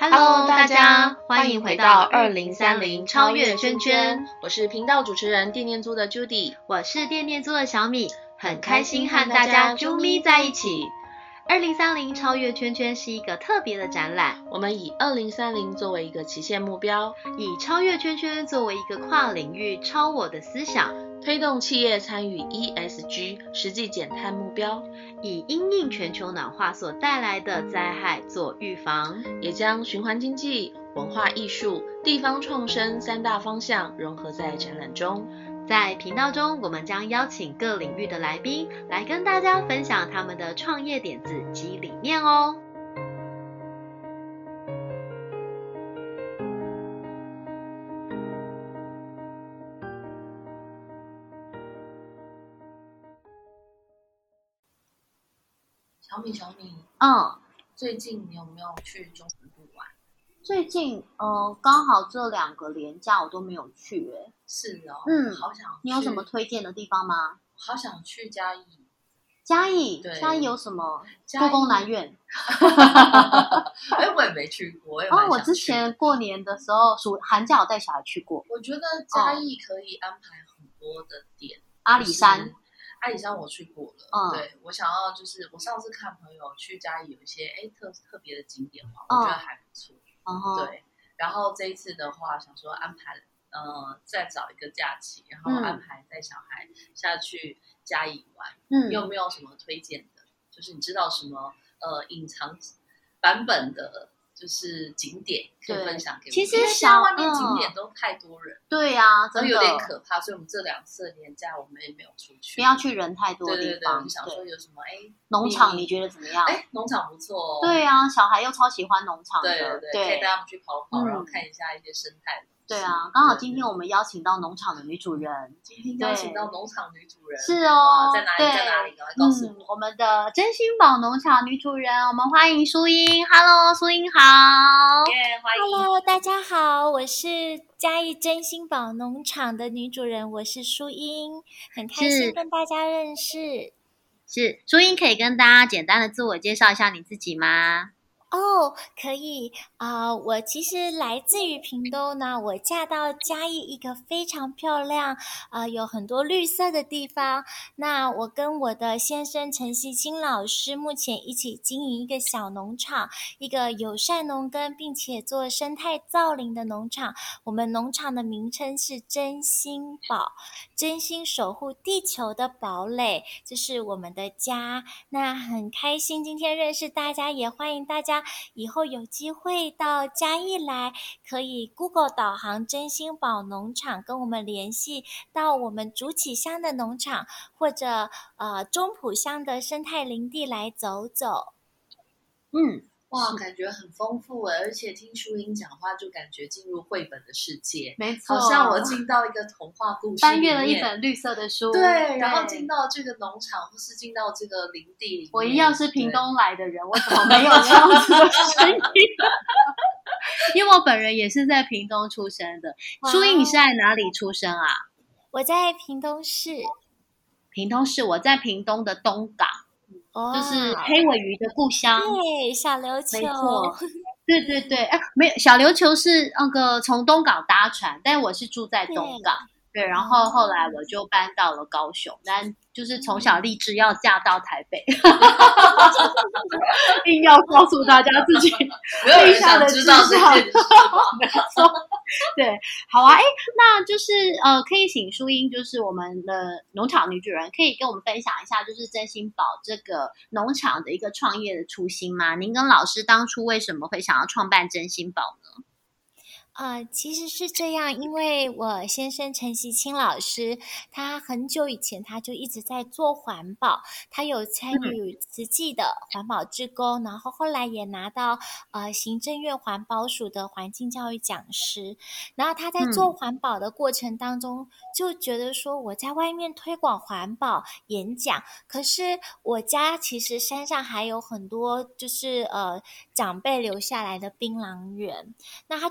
Hello， 大家欢迎回到2030超越圈圈， 我是频道主持人电念租的 Judy， 我是电念租的小米，很开心和大家啾咪在一起。2030超越圈圈是一个特别的展览， 我们以2030作为一个期限目标， 以超越圈圈作为一个跨领域超我的思想， 推动企业参与 ESG 实际减碳目标， 以因应全球暖化所带来的灾害做预防， 也将循环经济、文化艺术、地方创生三大方向融合在展览中。 在频道中，我们将邀请各领域的来宾来跟大家分享他们的创业点子及理念哦。 小米，最近你有没有去中南部玩？ 最近刚好这2个连假我都没有去耶。 是哦，好想去。 你有什么推荐的地方吗？ 好想去嘉义。 嘉义有什么？故宫南院。 我也没去过。 我之前过年的时候，寒假有带小孩去过。 我觉得嘉义可以安排很多的点。 阿里山我去过了。对，我想要就是我上次看朋友去嘉义有一些特别的景点嘛，我觉得还不错。对，然后这一次的话，想说安排再找一个假期，然后安排带小孩下去嘉义玩。你有没有什么推荐的？就是你知道什么隐藏版本的，就是景点可以分享给我？ 其实外面景点都太多人， 对啊，真的有点可怕。所以我们这2次的年假我们也没有出去， 不要去人太多的地方。 对，想说有什么农场你觉得怎么样？ 农场不错哦。 对啊，小孩又超喜欢农场的。 对，可以带他们去跑跑，然后看一下一些生态。 对啊，刚好今天我们邀请到农场的女主人。 今天邀请到农场女主人。 是哦。 在哪里？赶快告诉我。 我们的真心堡农场女主人，我们欢迎淑英。Hello， 淑英好。 欢迎。 Hello， 大家好，我是嘉义真心堡农场的女主人，我是淑英，很开心跟大家认识。 是，淑英可以跟大家简单的自我介绍一下你自己吗？ 可以我其实来自于屏东呢，我嫁到嘉义一个非常漂亮有很多绿色的地方。那我跟我的先生陈锡清老师目前一起经营一个小农场，一个友善农耕并且做生态造林的农场。我们农场的名称是真心堡，真心守护地球的堡垒，这是我们的家。那很开心今天认识大家，也欢迎大家以后有机会到嘉义来，可以 Google 导航真心堡农场跟我们联系，到我们竹崎乡的农场或者中埔乡的生态林地来走走。 哇，感觉很丰富而且听淑英讲话就感觉进入绘本的世界， 没错， 好像我进到一个童话故事翻阅了一本绿色的书。 对，然后进到这个农场或是进到这个林地里面。 我一样是屏东来的人，我怎么没有这样子的声音？因为我本人也是在屏东出生的。淑英，你是在哪里出生啊？ 我在屏东市。 屏东市，我在屏东的东港。就是黑尾鱼的故乡。 对，小琉球。 没错。对，没有，小琉球是那个从东港搭船，但我是住在东港。对，然后后来我就搬到了高雄，但就是从小立志要嫁到台北，硬要告诉大家自己没有人想知道这件事。 对，好啊，那就是可以请淑英，就是我们的农场女主人，可以跟我们分享一下，就是真心堡这个农场的一个创业的初心吗？您跟老师当初为什么会想要创办真心堡呢？ 其实是这样，因为我先生陈锡清老师，他很久以前他就一直在做环保，他有参与慈济的环保志工，然后后来也拿到行政院环保署的环境教育讲师。然后他在做环保的过程当中，就觉得说我在外面推广环保演讲，可是我家其实山上还有很多就是长辈留下来的槟榔园，那他就觉得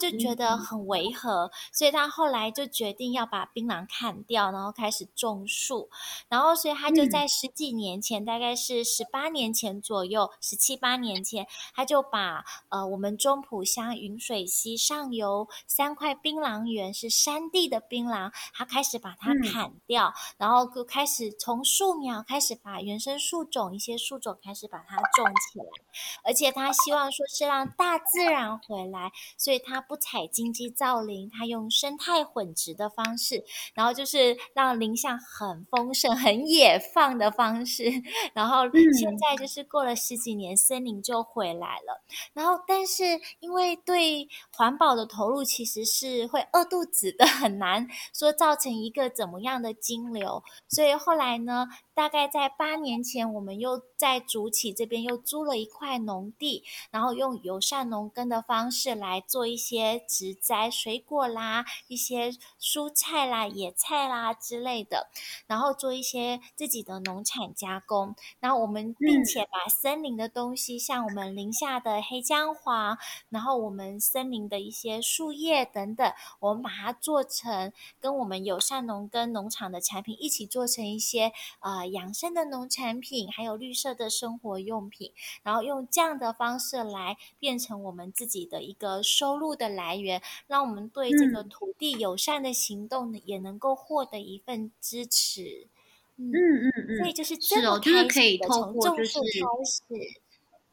得很违和，所以他后来就决定要把槟榔砍掉，然后开始种树。然后所以他就在十几年前，大概是18年前左右，17、18年前，他就把我们中埔乡云水溪上游3块槟榔园是山地的槟榔，他开始把它砍掉，然后就开始从树苗开始把原生树种一些树种开始把它种起来，而且他希望说是让大自然回来，所以他不采经济造林，他用生态混植的方式，然后就是让林相很丰盛很野放的方式，然后现在就是过了10几年森林就回来了。然后但是因为对环保的投入其实是会饿肚子的，很难说造成一个怎么样的金流，所以后来呢大概在8年前，我们又在竹崎这边又租了一块农地，然后用友善农耕的方式来做一些植栽水果啦，一些蔬菜啦野菜啦之类的，然后做一些自己的农产加工。然后我们并且把森林的东西，像我们林下的黑姜黄，然后我们森林的一些树叶等等，我们把它做成跟我们友善农耕农场的产品一起做成一些养生的农产品，还有绿色的生活用品，然后用这样的方式来变成我们自己的一个收入的来源，让我们对这个土地友善的行动也能够获得一份支持。所以就是这么就是开可以透始的，从过就是种树开始。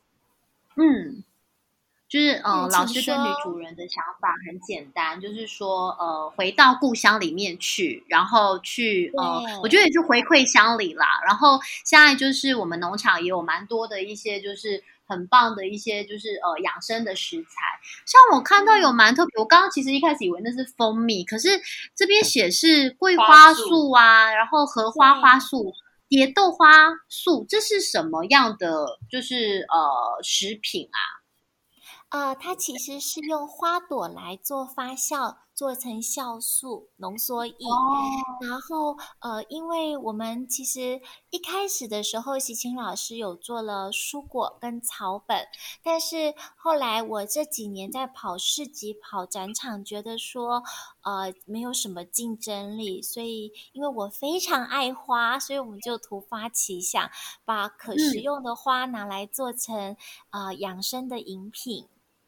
就是老师跟女主人的想法很简单，就是说回到故乡里面去，然后去我觉得也是回馈乡里啦。然后现在就是我们农场也有蛮多的一些就是很棒的一些就是养生的食材，像我看到有蛮特别，我刚刚其实一开始以为那是蜂蜜，可是这边写是桂花素啊，然后荷花花素。蝶豆花素，这是什么样的就是食品啊？ 它其实是用花朵来做发酵，做成酵素浓缩液。然后因为我们其实一开始的时候，喜晴老师有做了蔬果跟草本，但是后来我这几年在跑市集、跑展场，觉得说没有什么竞争力，所以因为我非常爱花，所以我们就突发奇想，把可食用的花拿来做成养生的饮品。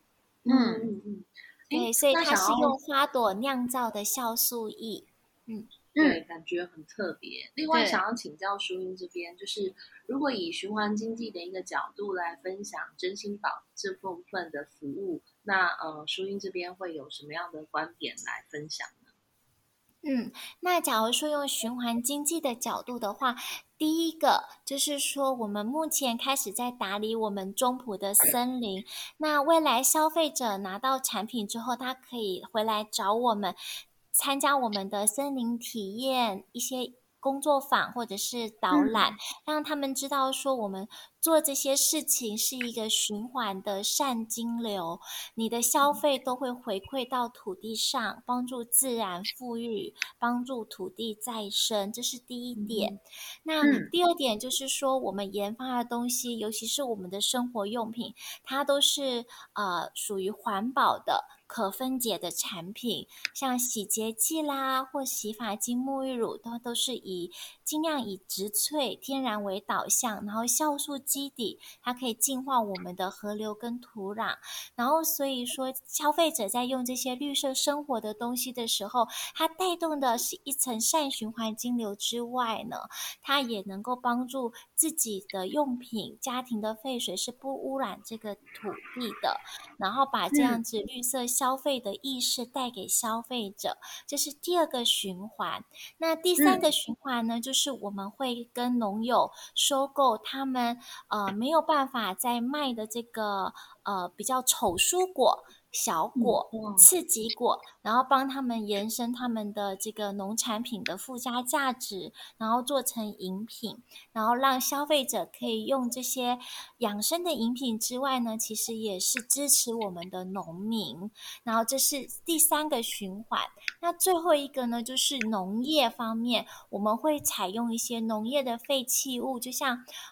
对，所以它是用花朵酿造的酵素液。 对，感觉很特别。另外，想要请教淑英这边，就是如果以循环经济的一个角度来分享真心宝这部分的服务，那淑英这边会有什么样的观点来分享呢？ 那假如说用循环经济的角度的话，第一个就是说，我们目前开始在打理我们中埔的森林。那未来消费者拿到产品之后，他可以回来找我们，参加我们的森林体验一些工作坊或者是导览，让他们知道说我们做这些事情是一个循环的善金流，你的消费都会回馈到土地上，帮助自然富裕，帮助土地再生，这是第一点。那第二点就是说，我们研发的东西，尤其是我们的生活用品，它都是属于环保的可分解的产品，像洗洁剂啦或洗发精、沐浴乳都是尽量以植萃天然为导向，然后酵素基底，它可以净化我们的河流跟土壤。然后所以说消费者在用这些绿色生活的东西的时候，它带动的是一层善循环金流之外呢，它也能够帮助自己的用品、家庭的废水是不污染这个土地的，然后把这样子绿色消费的意识带给消费者，这是第二个循环。那第三个循环呢，就是我们会跟农友收购他们没有办法再卖的这个比较丑蔬果、小果、次级果，然后帮他们延伸他们的这个农产品的附加价值，然后做成饮品，然后让消费者可以用这些养生的饮品之外呢，其实也是支持我们的农民。然后这是第三个循环。那最后一个呢，就是农业方面，我们会采用一些农业的废弃物，就像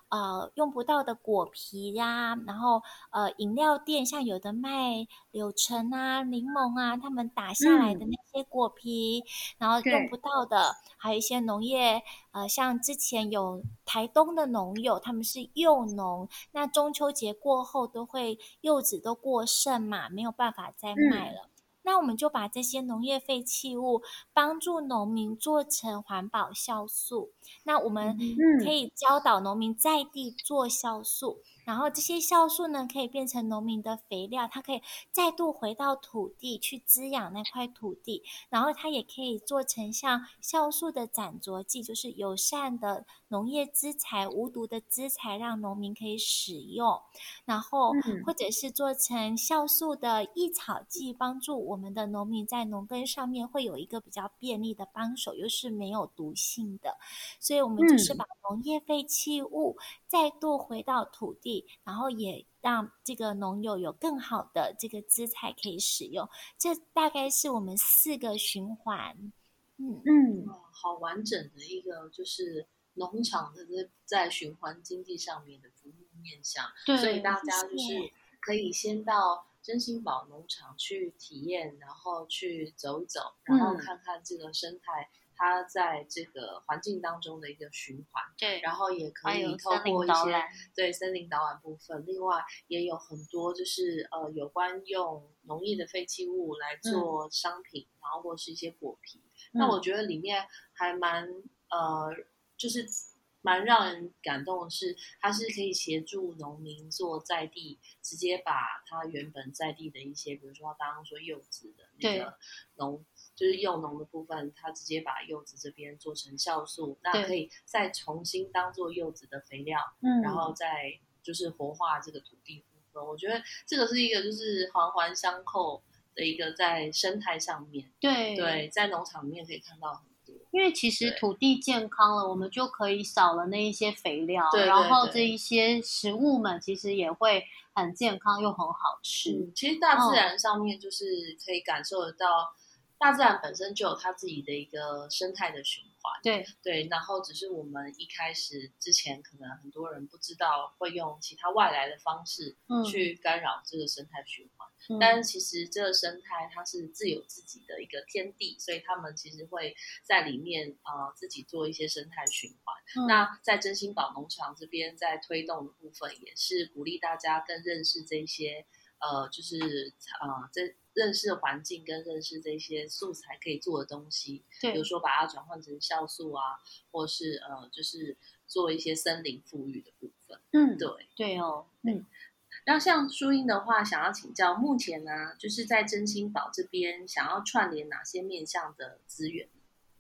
用不到的果皮呀，然后饮料店像有的卖柳橙啊、柠檬啊，他们打下来的那些果皮，然后用不到的，还有一些农业，像之前有台东的农友，他们是柚农，那中秋节过后都会柚子都过剩嘛，没有办法再卖了。那我们就把这些农业废弃物帮助农民做成环保酵素。那我们可以教导农民在地做酵素，然后这些酵素呢可以变成农民的肥料，它可以再度回到土地去滋养那块土地，然后它也可以做成像酵素的斩着剂，就是友善的农业资材、无毒的资材，让农民可以使用，然后或者是做成酵素的益草剂，帮助我们的农民在农耕上面会有一个比较便利的帮手，又是没有毒性的。所以我们就是把农业废弃物再度回到土地，然后也让这个农友有更好的这个资材可以使用。这大概是我们4个循环。 好完整的一个就是农场的在循环经济上面的服务面向，所以大家就是可以先到真心堡农场去体验，然后去走一走，然后看看这个生态它在这个环境当中的一个循环， 对， 然后也可以透过一些对森林导览部分，另外也有很多就是有关用农业的废弃物来做商品，然后或是一些果皮。那我觉得里面还蛮就是蛮让人感动的是，它是可以协助农民做在地，直接把它原本在地的一些，比如说刚刚说柚子的那个就是柚农的部分，它直接把柚子这边做成酵素，那可以再重新当做柚子的肥料，然后再就是活化这个土地部分。我觉得这个是一个就是环环相扣的一个在生态上面，对，在农场里面可以看到很多。 因为其实土地健康了，我们就可以少了那一些肥料， 对， 然后这一些食物们其实也会很健康又很好吃。 其实大自然上面就是可以感受得到，大自然本身就有它自己的一个生态的循环，对，然后只是我们一开始之前可能很多人不知道会用其他外来的方式去干扰这个生态循环，但是其实这个生态它是自有自己的一个天地，所以他们其实会在里面自己做一些生态循环。那在真心堡农场这边在推动的部分，也是鼓励大家更认识这些就是这认识环境跟认识这些素材可以做的东西，比如说把它转换成酵素啊，或是就是做一些森林富裕的部分。 对哦， 那像淑英的话，想要请教，目前呢，就是在真心堡这边想要串联哪些面向的资源？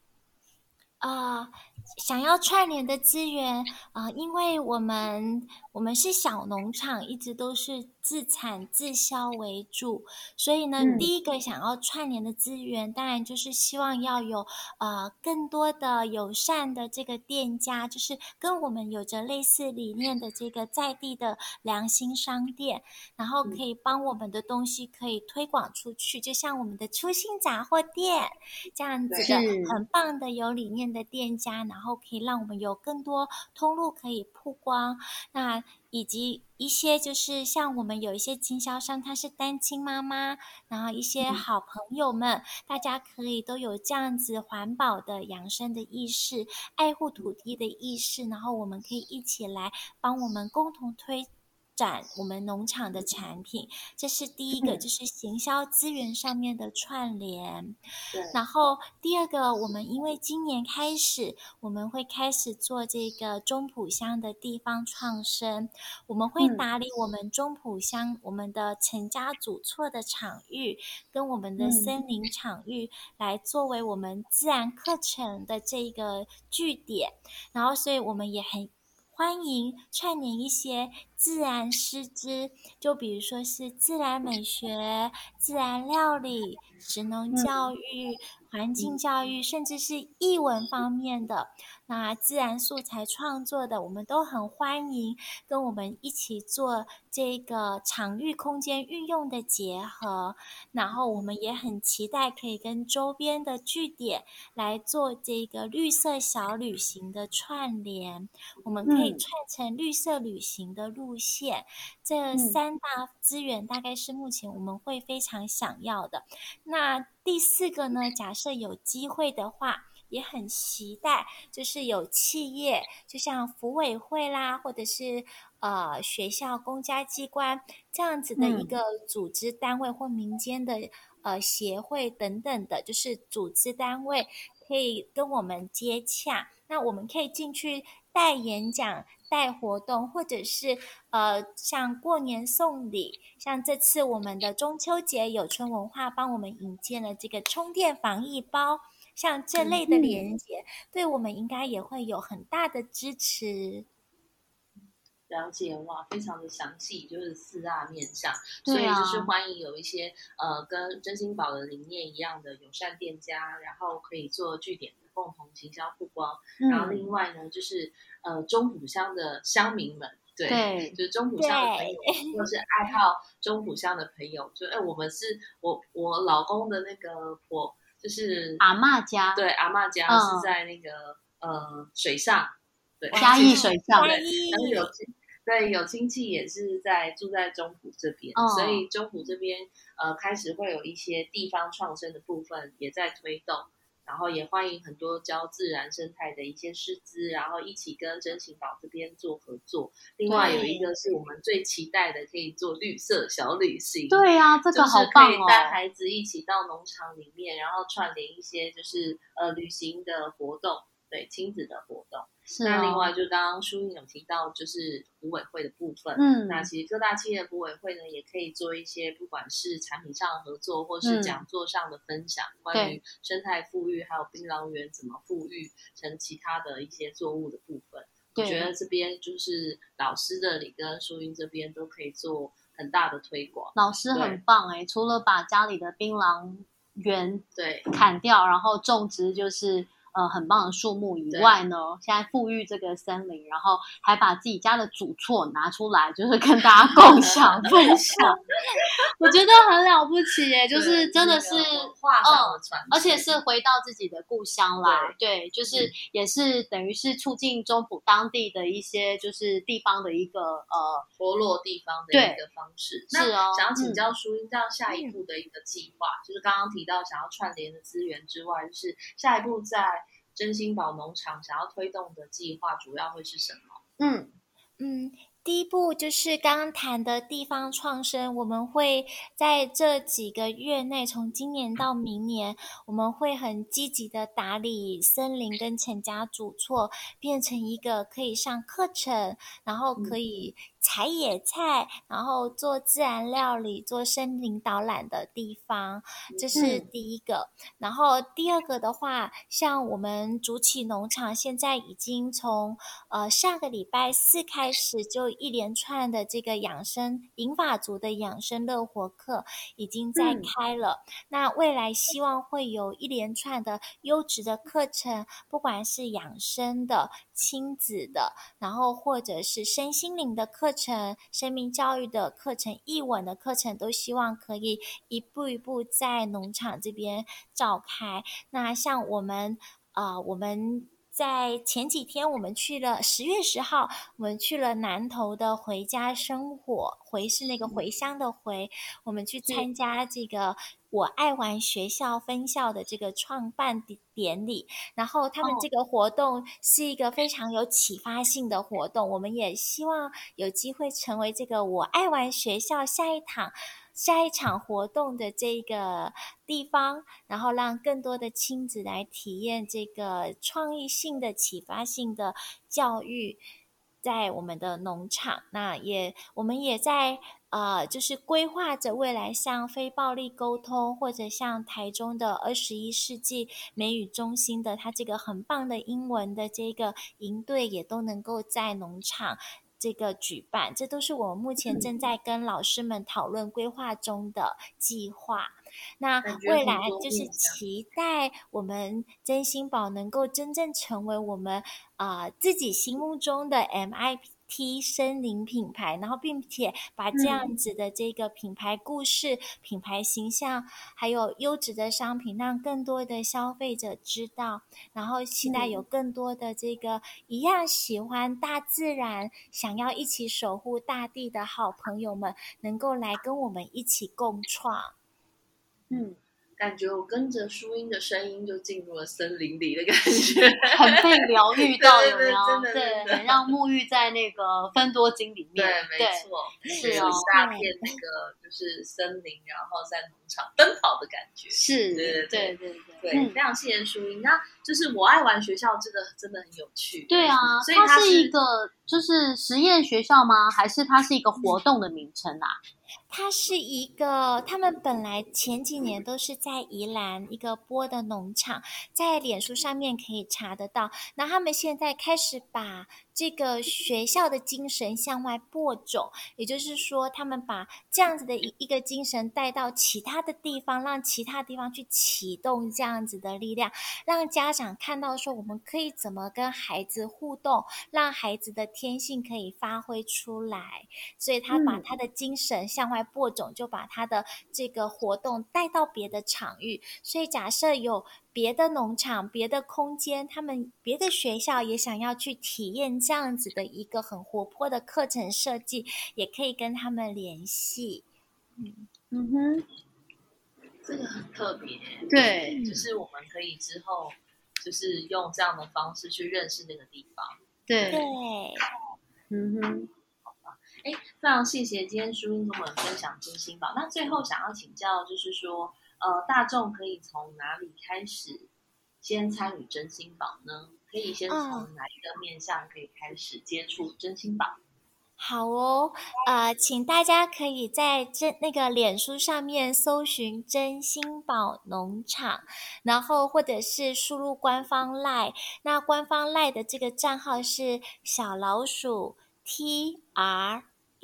想要串联的资源因为我们是小农场，一直都是自产自销为主，所以呢，第一个想要串联的资源，当然就是希望要有更多的友善的这个店家，就是跟我们有着类似理念的这个在地的良心商店，然后可以帮我们的东西可以推广出去，就像我们的初心杂货店这样子的很棒的有理念的店家，然后可以让我们有更多通路可以曝光。那以及一些就是像我们有一些经销商，他是单亲妈妈，然后一些好朋友们，大家可以都有这样子环保的养生的意识，爱护土地的意识，然后我们可以一起来帮我们共同推展我们农场的产品，这是第一个，就是行销资源上面的串联。然后第二个，我们因为今年开始，我们会开始做这个中埔乡的地方创生，我们会打理我们中埔乡我们的陈家祖厝的场域跟我们的森林场域，来作为我们自然课程的这个据点，然后所以我们也很欢迎串联一些自然师资，就比如说是自然美学、自然料理、食农教育、环境教育，甚至是艺文方面的，那自然素材创作的，我们都很欢迎跟我们一起做这个场域空间运用的结合，然后我们也很期待可以跟周边的据点来做这个绿色小旅行的串联，我们可以串成绿色旅行的路线，这3大资源大概是目前我们会非常想要的。那第4个呢，假设有机会的话，也很期待，就是有企业，就像福委会啦，或者是学校、公家机关这样子的一个组织单位或民间的协会等等的，就是组织单位可以跟我们接洽，那我们可以进去带演讲、带活动，或者是像过年送礼，像这次我们的中秋节有春文化帮我们引荐了这个充电防疫包，像这类的连结，对我们应该也会有很大的支持。 了解，哇，非常的详细，就是4大面向， 所以就是欢迎有一些跟真心宝的理念一样的友善店家，然后可以做据点的共同行销曝光，然后另外呢就是中埔乡的乡民们。对，就是中埔乡的朋友，或是爱好中埔乡的朋友，就我们是我老公的那个婆，就是阿嬷家， 对，阿嬷家是在那个水上，对， 嘉义水上， 对，然后有亲戚也是住在中埔这边，所以中埔这边开始会有一些地方创生的部分也在推动。然后也欢迎很多教自然生态的一些师资，然后一起跟真行宝这边做合作。另外有一个是我们最期待的，可以做绿色小旅行。 对啊，这个好棒哦！ 就是可以带孩子一起到农场里面，然后串联一些就是旅行的活动，对，亲子的活动。那另外就刚刚淑英有提到，就是福委会的部分，那其实各大企业的福委会呢，也可以做一些不管是产品上的合作，或是讲座上的分享，关于生态富裕，还有槟榔园怎么富裕成其他的一些作物的部分。我觉得这边就是老师的里跟淑英这边都可以做很大的推广。 老师很棒除了把家里的槟榔园对砍掉，然后种植就是很棒的树木以外呢，现在富裕这个森林，然后还把自己家的祖厝拿出来，就是跟大家共享分享，我觉得很了不起就是真的是文化上的传承， 而且是回到自己的故乡啦，对，就是也是等于是促进中埔当地的一些就是地方的一个活络地方的一个方式。 是哦， 想要请教淑英，这样下一步的一个计划，就是刚刚提到想要串联的资源之外，就是下一步在真心宝农场想要推动的计划主要会是什么？ 第一步就是刚刚谈的地方创生，我们会在这几个月内，从今年到明年，我们会很积极的打理森林跟陈家主厝，变成一个可以上课程，然后可以采野菜，然后做自然料理、做森林导览的地方，这是第一个。然后第二个的话，像我们竹崎农场现在已经从上个礼拜4开始，就一连串的这个养生银发族的养生乐活课已经在开了。那未来希望会有一连串的优质的课程，不管是养生的、亲子的，然后或者是身心灵的课程、生命教育的课程、艺文的课程，都希望可以一步一步在农场这边召开。那像我们在前几天，我们去了10月10号，我们去了南投的回家生活，回是那个回乡的回，我们去参加这个我爱玩学校分校的这个创办典礼，然后他们这个活动是一个非常有启发性的活动，我们也希望有机会成为这个我爱玩学校下一场活动的这个地方，然后让更多的亲子来体验这个创意性的启发性的教育在我们的农场。那我们也在就是规划着未来像非暴力沟通，或者像台中的21世纪美语中心的它这个很棒的英文的这个营队，也都能够在农场这个举办，这都是我们目前正在跟老师们讨论规划中的计划。那未来就是期待我们真心宝能够真正成为我们自己心目中的 MIT 森林品牌，然后并且把这样子的这个品牌故事、品牌形象还有优质的商品让更多的消费者知道，然后期待有更多的这个一样喜欢大自然、想要一起守护大地的好朋友们能够来跟我们一起共创。 感觉我跟着淑英的声音就进入了森林里的感觉， 很被疗愈到，有没有？ 真的对，很让沐浴在那个芬多精里面。 对，没错， 是一大片那个就是森林，然后在农场奔跑的感觉。 是，对， 非常谢谢淑英。那就是我爱玩学校，真的很有趣。 对啊， 所以它是一个就是实验学校吗？还是它是一个活动的名称啊？ 它是一个，他们本来前几年都是在宜兰一个波的农场，在脸书上面可以查得到。那他们现在开始把这个学校的精神向外播种，也就是说，他们把这样子的一个精神带到其他的地方，让其他地方去启动这样子的力量，让家长看到说我们可以怎么跟孩子互动，让孩子的天性可以发挥出来。所以他把他的精神向外播种，就把他的这个活动带到别的场域。所以假设有别的农场、别的空间，他们别的学校也想要去体验这样子的一个很活泼的课程设计，也可以跟他们联系。 这个很特别。 对， 就是我们可以之后就是用这样的方式去认识那个地方。 对， 非常谢谢今天淑英跟我们分享真心宝。那最后想要请教，就是说，大众可以从哪里开始先参与真心宝呢？可以先从哪一个面向可以开始接触真心宝？ 好哦，请大家可以在那个脸书上面搜寻真心宝农场，然后或者是输入官方 LINE， 那官方 LINE 的这个账号是小老鼠 TRULYFORT，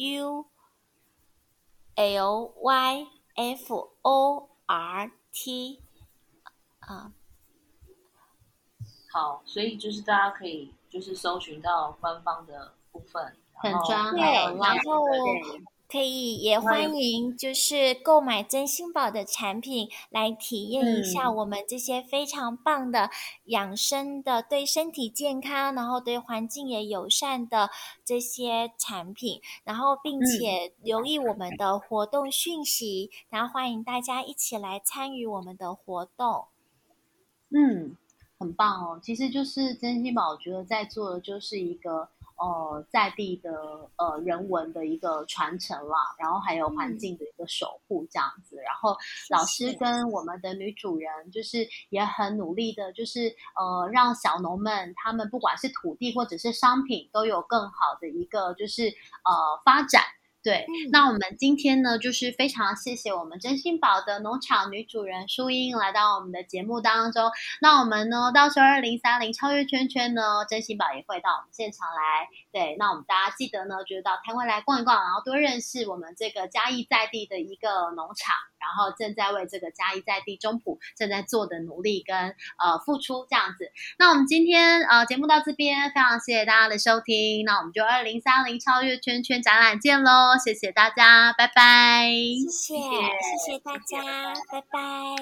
好，所以就是大家可以就是搜寻到官方的部分， 粉专， 对，然后可以也欢迎就是购买真心宝的产品来体验一下我们这些非常棒的养生的、对身体健康，然后对环境也友善的这些产品，然后并且留意我们的活动讯息，然后欢迎大家一起来参与我们的活动。 很棒哦。其实就是真心宝，我觉得在做的就是一个在地的人文的一个传承啦，然后还有环境的一个守护这样子。然后老师跟我们的女主人就是也很努力的，就是让小农们他们不管是土地或者是商品都有更好的一个就是发展。对，那我们今天呢，就是非常谢谢我们真心宝的农场女主人淑英来到我们的节目当中。那我们呢，到时候2030超越圈圈呢，真心宝也会到我们现场来。对，那我们大家记得呢，就是到摊位来逛一逛，然后多认识我们这个嘉义在地的一个农场，然后正在为这个嘉义在地中埔正在做的努力跟付出这样子。那我们今天节目到这边，非常谢谢大家的收听。那我们就2030超越圈圈展览见咯。谢谢大家，拜拜。 谢谢大家，拜拜。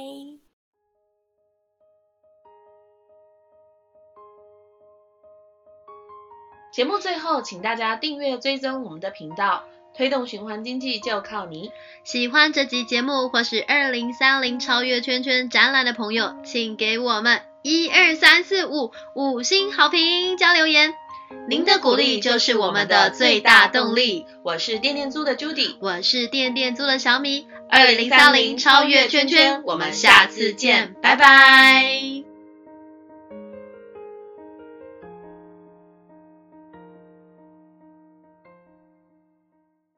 节目最后，请大家订阅追踪我们的频道，推动循环经济就靠你。 喜欢这集节目或是2030超越圈圈展览的朋友，请给我们12345 5星好评加留言。您的鼓励就是我们的最大动力。 我是电电租的 Judy， 我是电电租的小米。2030超越圈圈，我们下次见，拜拜。